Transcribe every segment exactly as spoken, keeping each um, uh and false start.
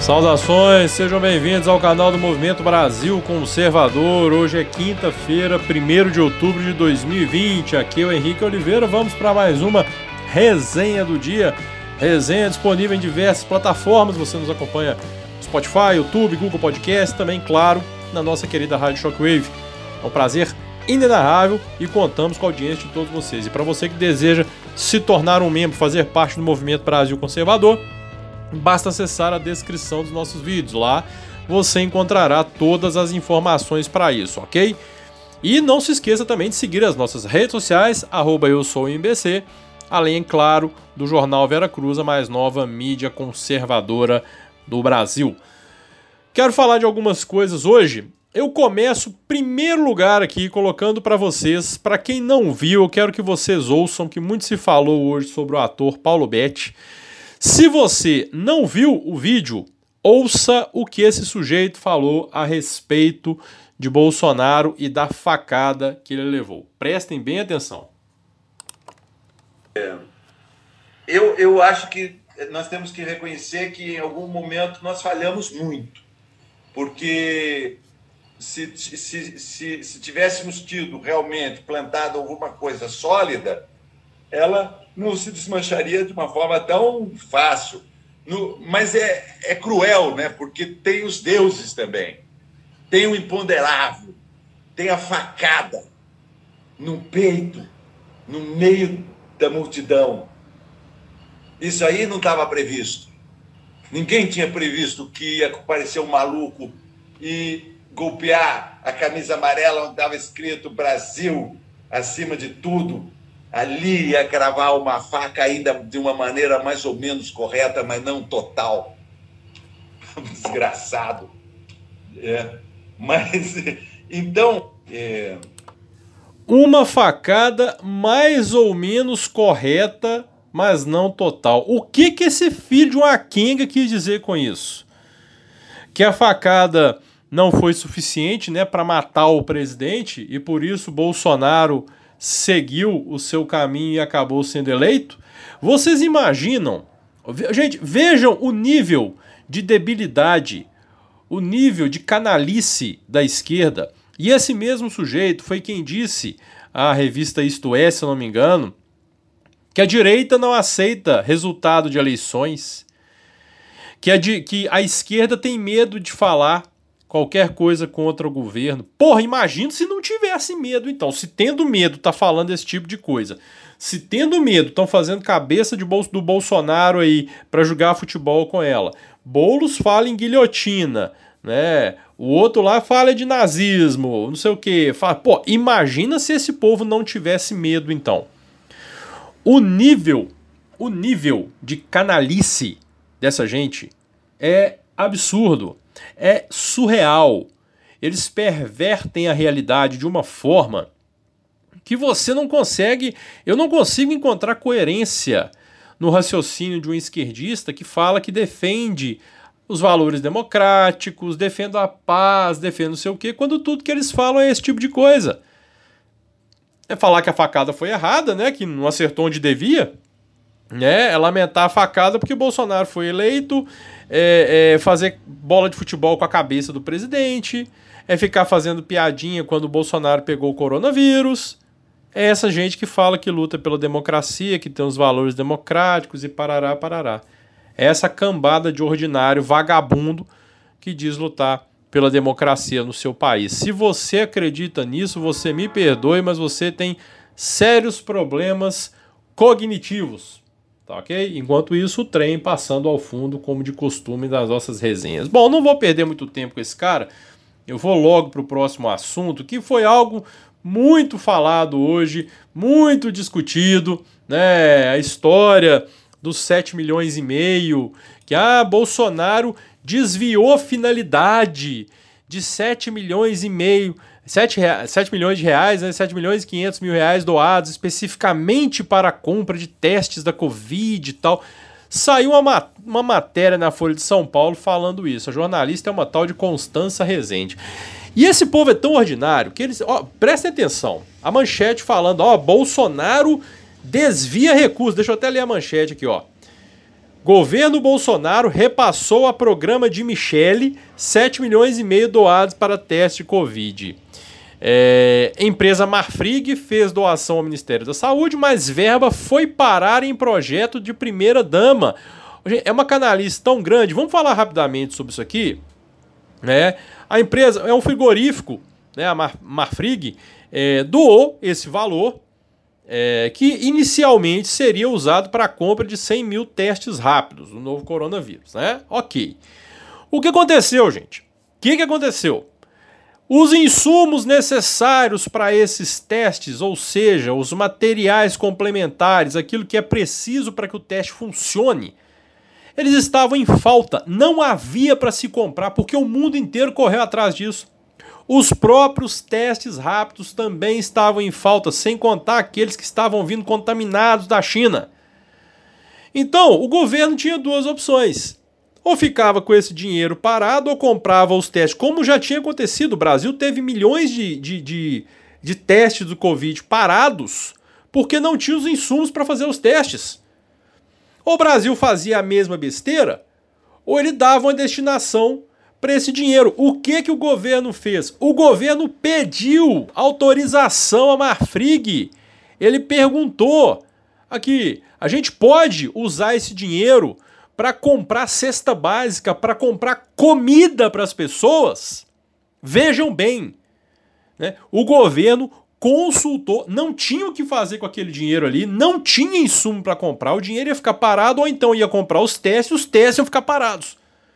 Saudações, sejam bem-vindos ao canal do Movimento Brasil Conservador. Hoje é quinta-feira, primeiro de outubro de dois mil e vinte. Aqui é o Henrique Oliveira. Vamos para mais uma resenha do dia. Resenha disponível em diversas plataformas. Você nos acompanha no Spotify, YouTube, Google Podcast, também, claro, na nossa querida Rádio Shockwave. É um prazer inenarrável e contamos com a audiência de todos vocês. E para você que deseja se tornar um membro, fazer parte do Movimento Brasil Conservador, basta acessar a descrição dos nossos vídeos. Lá você encontrará todas as informações para isso, ok? E não se esqueça também de seguir as nossas redes sociais, arroba eu sou o M B C, além, claro, do Jornal Vera Cruz, a mais nova mídia conservadora do Brasil. Quero falar de algumas coisas hoje. Eu começo, primeiro lugar aqui, colocando para vocês, para quem não viu, eu quero que vocês ouçam que muito se falou hoje sobre o ator Paulo Betti. Se você não viu o vídeo, ouça o que esse sujeito falou a respeito de Bolsonaro e da facada que ele levou. Prestem bem atenção. É, eu, eu acho que nós temos que reconhecer que em algum momento nós falhamos muito, porque se, se, se, se tivéssemos tido realmente plantado alguma coisa sólida, ela não se desmancharia de uma forma tão fácil. No, mas é, é cruel, né? Porque tem os deuses também. Tem o imponderável, tem a facada no peito, no meio da multidão. Isso aí não estava previsto. Ninguém tinha previsto que ia aparecer um maluco e golpear a camisa amarela onde estava escrito Brasil acima de tudo. Ali ia cravar uma faca ainda de uma maneira mais ou menos correta, mas não total. Desgraçado. É. Mas, então... É... Uma facada mais ou menos correta, mas não total. O que que esse filho de uma quenga quis dizer com isso? Que a facada não foi suficiente, né, para matar o presidente e por isso Bolsonaro seguiu o seu caminho e acabou sendo eleito? Vocês imaginam? Gente, vejam o nível de debilidade, o nível de canalice da esquerda. E esse mesmo sujeito foi quem disse à revista Isto É, se eu não me engano, que a direita não aceita resultado de eleições, que a, de, que a esquerda tem medo de falar qualquer coisa contra o governo. Porra, imagina se não tivesse medo, então. Se tendo medo tá falando esse tipo de coisa. Se tendo medo estão fazendo cabeça de bolso do Bolsonaro aí para jogar futebol com ela. Boulos fala em guilhotina, né? O outro lá fala de nazismo, não sei o quê. Fala, pô, imagina se esse povo não tivesse medo, então. O nível, o nível de canalice dessa gente é absurdo. É surreal. Eles pervertem a realidade de uma forma que você não consegue... Eu não consigo encontrar coerência no raciocínio de um esquerdista que fala que defende os valores democráticos, defende a paz, defende não sei o quê, quando tudo que eles falam é esse tipo de coisa. É falar que a facada foi errada, né? Que não acertou onde devia. É, é lamentar a facada porque o Bolsonaro foi eleito, é, é fazer bola de futebol com a cabeça do presidente, é ficar fazendo piadinha quando o Bolsonaro pegou o coronavírus. É essa gente que fala que luta pela democracia, que tem os valores democráticos e parará, parará. É essa cambada de ordinário vagabundo que diz lutar pela democracia no seu país. Se você acredita nisso, você me perdoe, mas você tem sérios problemas cognitivos. Tá, ok? Enquanto isso, o trem passando ao fundo, como de costume das nossas resenhas. Bom, não vou perder muito tempo com esse cara. Eu vou logo para o próximo assunto, que foi algo muito falado hoje, muito discutido, né? A história dos sete milhões e meio, que ah, Bolsonaro desviou a finalidade de sete milhões e meio, sete milhões de reais, né, sete milhões e quinhentos mil reais doados especificamente para a compra de testes da Covid e tal. Saiu uma, uma matéria na Folha de São Paulo falando isso. A jornalista é uma tal de Constança Rezende. E esse povo é tão ordinário que eles... Ó, prestem atenção. A manchete falando, ó, Bolsonaro desvia recursos. Deixa eu até ler a manchete aqui, ó. Governo Bolsonaro repassou a programa de Michele sete milhões e meio doados para teste de Covid. É, empresa Marfrig fez doação ao Ministério da Saúde, mas verba foi parar em projeto de primeira-dama. É uma canalice tão grande. Vamos falar rapidamente sobre isso aqui. Né? A empresa é um frigorífico, né? A Mar Marfrig é, doou esse valor, é, que inicialmente seria usado para a compra de cem mil testes rápidos do novo coronavírus. Né? Ok. O que aconteceu, gente? O que, que aconteceu? Os insumos necessários para esses testes, ou seja, os materiais complementares, aquilo que é preciso para que o teste funcione, eles estavam em falta. Não havia para se comprar, porque o mundo inteiro correu atrás disso. Os próprios testes rápidos também estavam em falta, sem contar aqueles que estavam vindo contaminados da China. Então, o governo tinha duas opções. Ou ficava com esse dinheiro parado ou comprava os testes, como já tinha acontecido. O Brasil teve milhões de, de, de, de testes do Covid parados porque não tinha os insumos para fazer os testes. Ou o Brasil fazia a mesma besteira, ou ele dava uma destinação para esse dinheiro. O que, que o governo fez? O governo pediu autorização à Marfrig. Ele perguntou, aqui, a gente pode usar esse dinheiro para comprar cesta básica, para comprar comida para as pessoas? Vejam bem, né? O governo consultou, não tinha o que fazer com aquele dinheiro ali, não tinha insumo para comprar, o dinheiro ia ficar parado, ou então ia comprar os testes, os testes iam ficar parados.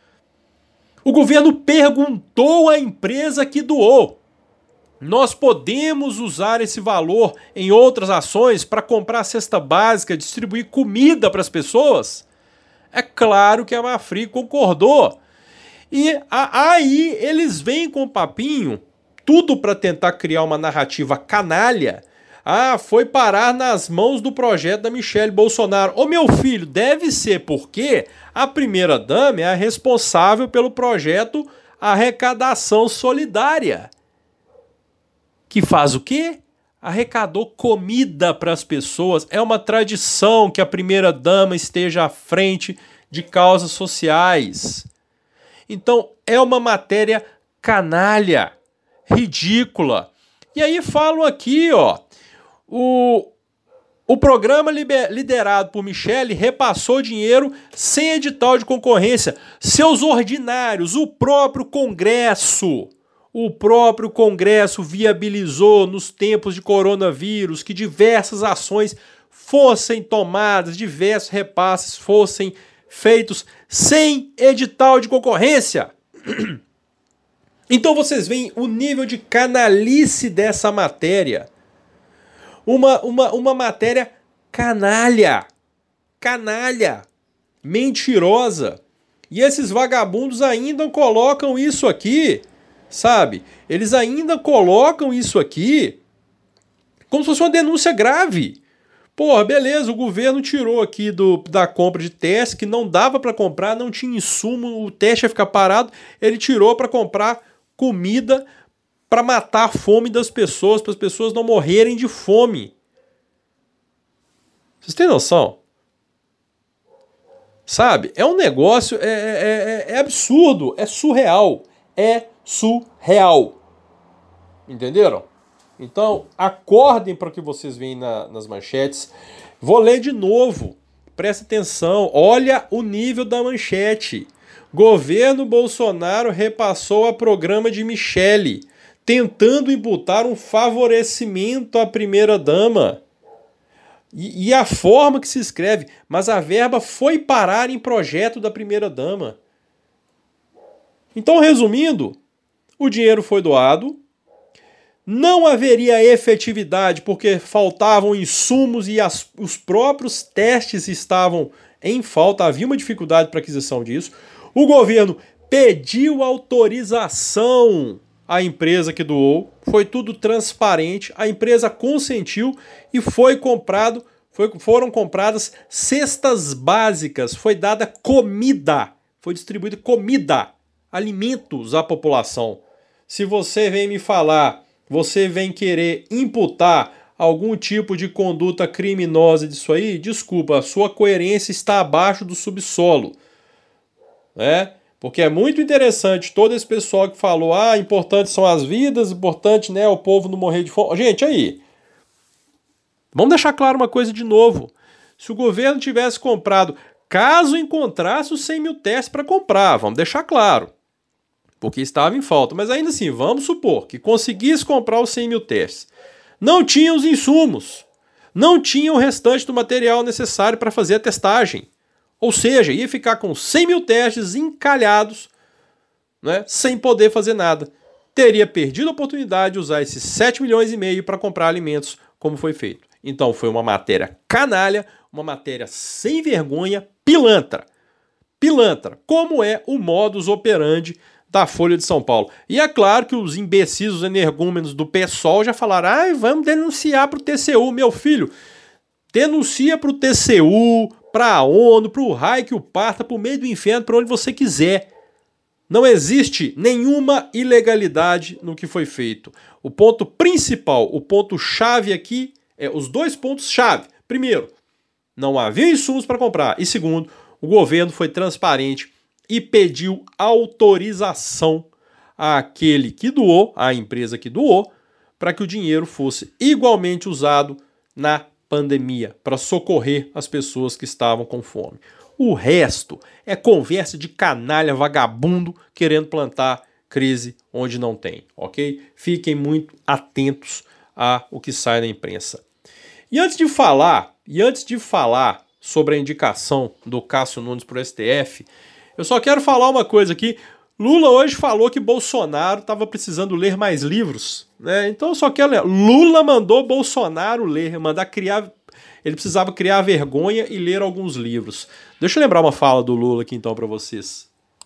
O governo perguntou à empresa que doou: nós podemos usar esse valor em outras ações para comprar cesta básica, distribuir comida para as pessoas? É claro que a Marfrig concordou. E a, aí eles vêm com o papinho, tudo para tentar criar uma narrativa canalha. Ah, foi parar nas mãos do projeto da Michele Bolsonaro. Ô meu filho, deve ser porque a primeira-dama é a responsável pelo projeto Arrecadação Solidária. Que faz o quê? Arrecadou comida para as pessoas. É uma tradição que a primeira-dama esteja à frente de causas sociais. Então, é uma matéria canalha, ridícula. E aí falam aqui, ó, o, o programa liderado por Michele repassou dinheiro sem edital de concorrência. Seus ordinários, o próprio Congresso... O próprio Congresso viabilizou nos tempos de coronavírus que diversas ações fossem tomadas, diversos repasses fossem feitos sem edital de concorrência. Então vocês veem o nível de canalice dessa matéria. Uma, uma, uma matéria canalha. Canalha. Mentirosa. E esses vagabundos ainda colocam isso aqui... Sabe? Eles ainda colocam isso aqui como se fosse uma denúncia grave. Porra, beleza, o governo tirou aqui do, da compra de teste, que não dava para comprar, não tinha insumo, o teste ia ficar parado, ele tirou para comprar comida para matar a fome das pessoas, para as pessoas não morrerem de fome. Vocês têm noção? Sabe? É um negócio, é, é, é, é absurdo, é surreal, é surreal. Entenderam? Então, acordem para o que vocês veem na, nas manchetes. Vou ler de novo. Presta atenção. Olha o nível da manchete. Governo Bolsonaro repassou a programa de Michele, tentando imputar um favorecimento à primeira-dama. E, e a forma que se escreve, mas a verba foi parar em projeto da primeira-dama. Então, resumindo, o dinheiro foi doado, não haveria efetividade porque faltavam insumos e as, os próprios testes estavam em falta, havia uma dificuldade para aquisição disso. O governo pediu autorização à empresa que doou, foi tudo transparente, a empresa consentiu e foi comprado, foi, foram compradas cestas básicas, foi dada comida, foi distribuída comida, alimentos à população. Se você vem me falar, você vem querer imputar algum tipo de conduta criminosa disso aí, desculpa, a sua coerência está abaixo do subsolo, né? Porque é muito interessante todo esse pessoal que falou, ah, importante são as vidas, importante, né, o povo não morrer de fome. Gente, aí, vamos deixar claro uma coisa de novo. Se o governo tivesse comprado, caso encontrasse os cem mil testes para comprar, vamos deixar claro, porque estava em falta. Mas ainda assim, vamos supor que conseguisse comprar os cem mil testes. Não tinha os insumos, não tinha o restante do material necessário para fazer a testagem. Ou seja, ia ficar com cem mil testes encalhados, né, sem poder fazer nada. Teria perdido a oportunidade de usar esses sete milhões e meio para comprar alimentos, como foi feito. Então foi uma matéria canalha, uma matéria sem vergonha, pilantra. Pilantra, como é o modus operandi da Folha de São Paulo. E é claro que os imbecis, os energúmenos do PSOL já falaram, ah, vamos denunciar para o T C U, meu filho. Denuncia para o T C U, para a ONU, para o raio que o parta, para o meio do inferno, para onde você quiser. Não existe nenhuma ilegalidade no que foi feito. O ponto principal, o ponto chave aqui, é os dois pontos chave. Primeiro, não havia insumos para comprar. E segundo, o governo foi transparente e pediu autorização àquele que doou, à empresa que doou, para que o dinheiro fosse igualmente usado na pandemia, para socorrer as pessoas que estavam com fome. O resto é conversa de canalha vagabundo querendo plantar crise onde não tem, ok? Fiquem muito atentos ao que sai na imprensa. E antes de falar, e antes de falar sobre a indicação do Cássio Nunes para o S T F, eu só quero falar uma coisa aqui. Lula hoje falou que Bolsonaro estava precisando ler mais livros, né? Então eu só quero ler. Lula mandou Bolsonaro ler, mandar criar. Ele precisava criar vergonha e ler alguns livros. Deixa eu lembrar uma fala do Lula aqui então para vocês.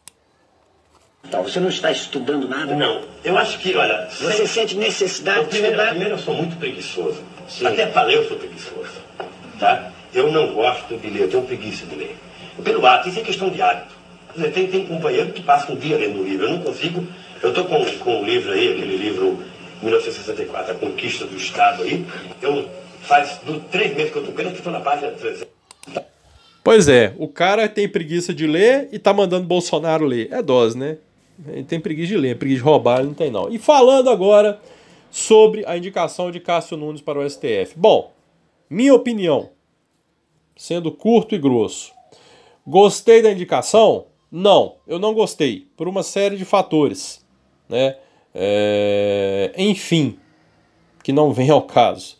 Então, você não está estudando nada? Não. Eu acho que, olha... Você sente necessidade de primeiro, estudar? primeiro, eu sou muito preguiçoso. Sim. Até para ler eu sou preguiçoso. Tá? Eu não gosto de ler, eu tenho preguiça de ler. Pelo ato, isso é questão de hábito. Tem, tem companheiro que passa um dia lendo um livro. Eu não consigo... Eu estou com, com um livro aí, aquele livro mil novecentos e sessenta e quatro, A Conquista do Estado aí. Eu faz do, três meses que eu estou vendo, que estou na página trezentos. Pois é, o cara tem preguiça de ler e tá mandando Bolsonaro ler. É dose, né? Ele tem preguiça de ler, preguiça de roubar, ele não tem não. E falando agora sobre a indicação de Cássio Nunes para o S T F. Bom, minha opinião, sendo curto e grosso. Gostei da indicação? Não, eu não gostei, por uma série de fatores, né? É... Enfim, que não vem ao caso.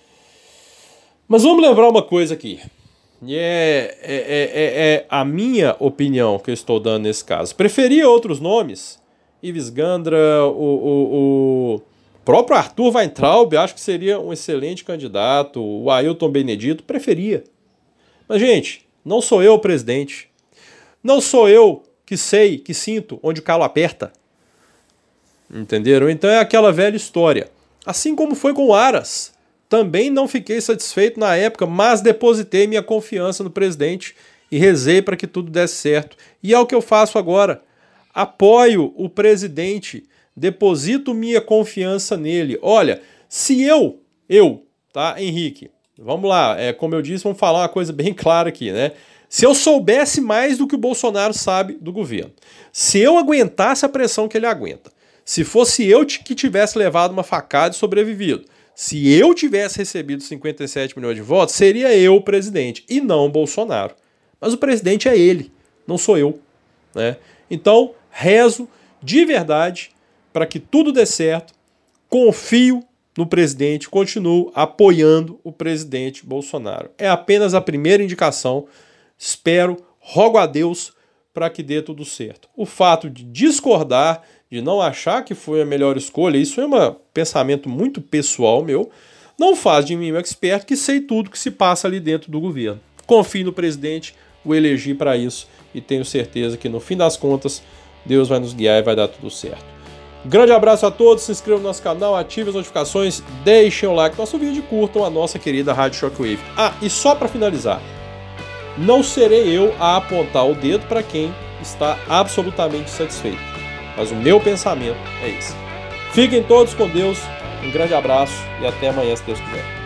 Mas vamos lembrar uma coisa aqui. E é, é, é, é a minha opinião que eu estou dando nesse caso. Preferia outros nomes. Ives Gandra, o, o, o próprio Arthur Weintraub, acho que seria um excelente candidato. O Ailton Benedito, preferia. Mas, gente, não sou eu o presidente. Não sou eu que sei, que sinto onde o calo aperta. Entenderam? Então é aquela velha história. Assim como foi com o Aras. Também não fiquei satisfeito na época, mas depositei minha confiança no presidente e rezei para que tudo desse certo. E é o que eu faço agora. Apoio o presidente, deposito minha confiança nele. Olha, se eu, eu, tá, Henrique, vamos lá, é, como eu disse, vamos falar uma coisa bem clara aqui, né? Se eu soubesse mais do que o Bolsonaro sabe do governo, se eu aguentasse a pressão que ele aguenta, se fosse eu que tivesse levado uma facada e sobrevivido, se eu tivesse recebido cinquenta e sete milhões de votos, seria eu o presidente e não o Bolsonaro. Mas o presidente é ele, não sou eu, né? Então, rezo de verdade para que tudo dê certo, confio no presidente, continuo apoiando o presidente Bolsonaro. É apenas a primeira indicação, espero, rogo a Deus para que dê tudo certo. O fato de discordar, de não achar que foi a melhor escolha, isso é um pensamento muito pessoal meu, não faz de mim um expert que sei tudo que se passa ali dentro do governo. Confio no presidente, o elegi para isso e tenho certeza que no fim das contas Deus vai nos guiar e vai dar tudo certo. Grande abraço a todos, se inscrevam no nosso canal, ativem as notificações, deixem o like no nosso vídeo e curtam a nossa querida Rádio Shockwave. Ah, e só para finalizar, não serei eu a apontar o dedo para quem está absolutamente satisfeito. Mas o meu pensamento é esse. Fiquem todos com Deus Um grande abraço e até amanhã, se Deus quiser.